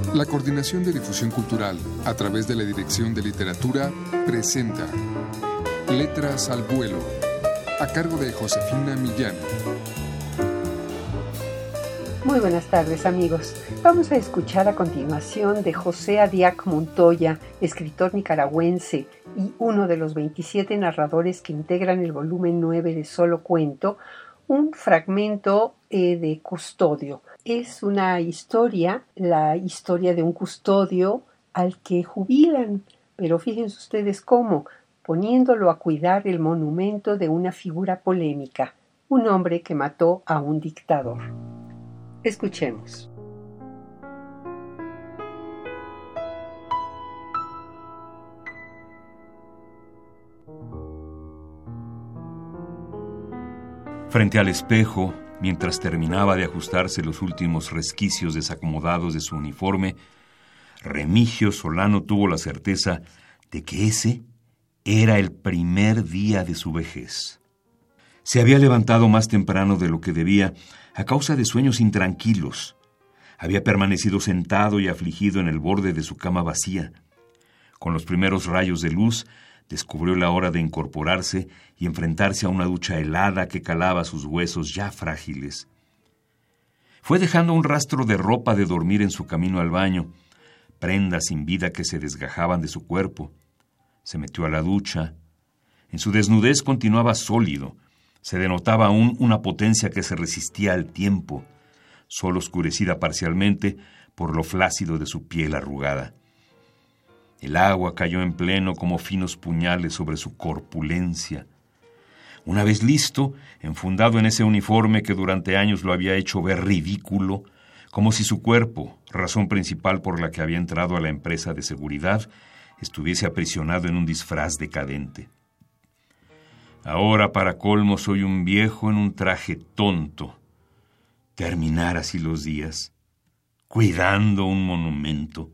La Coordinación de Difusión Cultural, a través de la Dirección de Literatura, presenta Letras al Vuelo, a cargo de Josefina Millán. Muy buenas tardes, amigos. Vamos a escuchar a continuación de José Adiac Montoya, escritor nicaragüense y uno de los 27 narradores que integran el volumen 9 de Solo Cuento, un fragmento de Custodio. Es una historia, la historia de un custodio al que jubilan, pero fíjense ustedes cómo, poniéndolo a cuidar el monumento de una figura polémica, un hombre que mató a un dictador. Escuchemos. Frente al espejo, mientras terminaba de ajustarse los últimos resquicios desacomodados de su uniforme, Remigio Solano tuvo la certeza de que ese era el primer día de su vejez. Se había levantado más temprano de lo que debía a causa de sueños intranquilos. Había permanecido sentado y afligido en el borde de su cama vacía. Con los primeros rayos de luz, descubrió la hora de incorporarse y enfrentarse a una ducha helada que calaba sus huesos ya frágiles. Fue dejando un rastro de ropa de dormir en su camino al baño, prendas sin vida que se desgajaban de su cuerpo. Se metió a la ducha. En su desnudez continuaba sólido. Se denotaba aún una potencia que se resistía al tiempo, solo oscurecida parcialmente por lo flácido de su piel arrugada. El agua cayó en pleno como finos puñales sobre su corpulencia. Una vez listo, enfundado en ese uniforme que durante años lo había hecho ver ridículo, como si su cuerpo, razón principal por la que había entrado a la empresa de seguridad, estuviese aprisionado en un disfraz decadente. Ahora, para colmo, soy un viejo en un traje tonto. Terminar así los días, cuidando un monumento.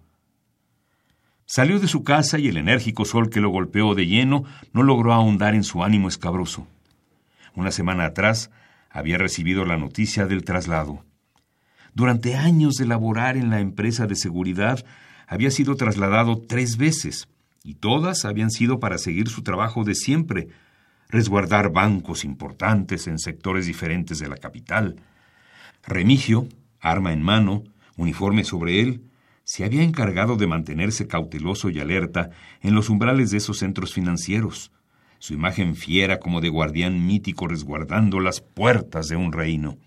Salió de su casa y el enérgico sol que lo golpeó de lleno no logró ahondar en su ánimo escabroso. Una semana atrás había recibido la noticia del traslado. Durante años de laborar en la empresa de seguridad había sido trasladado 3 veces, y todas habían sido para seguir su trabajo de siempre, resguardar bancos importantes en sectores diferentes de la capital. Remigio, arma en mano, uniforme sobre él, se había encargado de mantenerse cauteloso y alerta en los umbrales de esos centros financieros, su imagen fiera como de guardián mítico resguardando las puertas de un reino.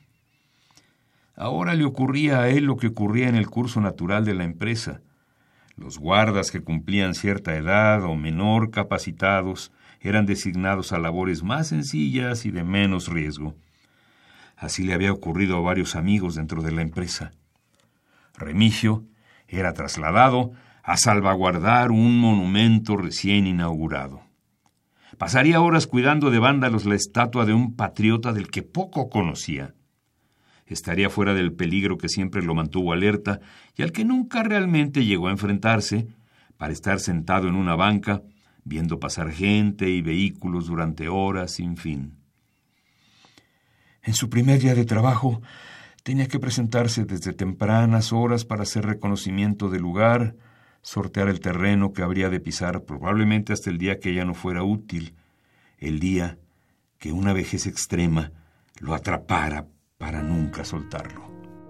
Ahora le ocurría a él lo que ocurría en el curso natural de la empresa. Los guardas que cumplían cierta edad o menor capacitados eran designados a labores más sencillas y de menos riesgo. Así le había ocurrido a varios amigos dentro de la empresa. Remigio era trasladado a salvaguardar un monumento recién inaugurado. Pasaría horas cuidando de vándalos la estatua de un patriota del que poco conocía. Estaría fuera del peligro que siempre lo mantuvo alerta y al que nunca realmente llegó a enfrentarse, para estar sentado en una banca, viendo pasar gente y vehículos durante horas sin fin. En su primer día de trabajo, tenía que presentarse desde tempranas horas para hacer reconocimiento del lugar, sortear el terreno que habría de pisar probablemente hasta el día que ya no fuera útil, el día que una vejez extrema lo atrapara para nunca soltarlo.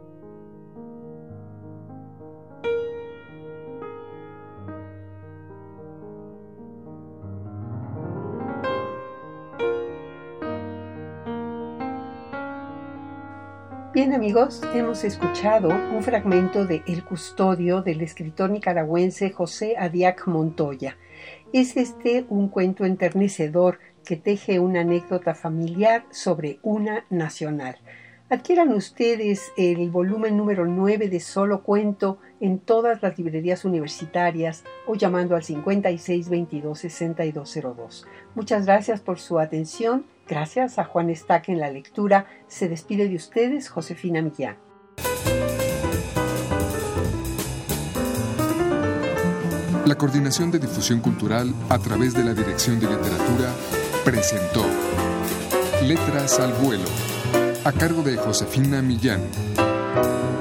Bien, amigos, hemos escuchado un fragmento de El Custodio del escritor nicaragüense José Adiac Montoya. Es un cuento enternecedor que teje una anécdota familiar sobre una nacional. Adquieran ustedes el volumen número 9 de Solo Cuento en todas las librerías universitarias o llamando al 5622-6202. Muchas gracias por su atención. Gracias a Juan Estaque en la lectura. Se despide de ustedes Josefina Millán. La Coordinación de Difusión Cultural, a través de la Dirección de Literatura, presentó Letras al Vuelo, a cargo de Josefina Millán.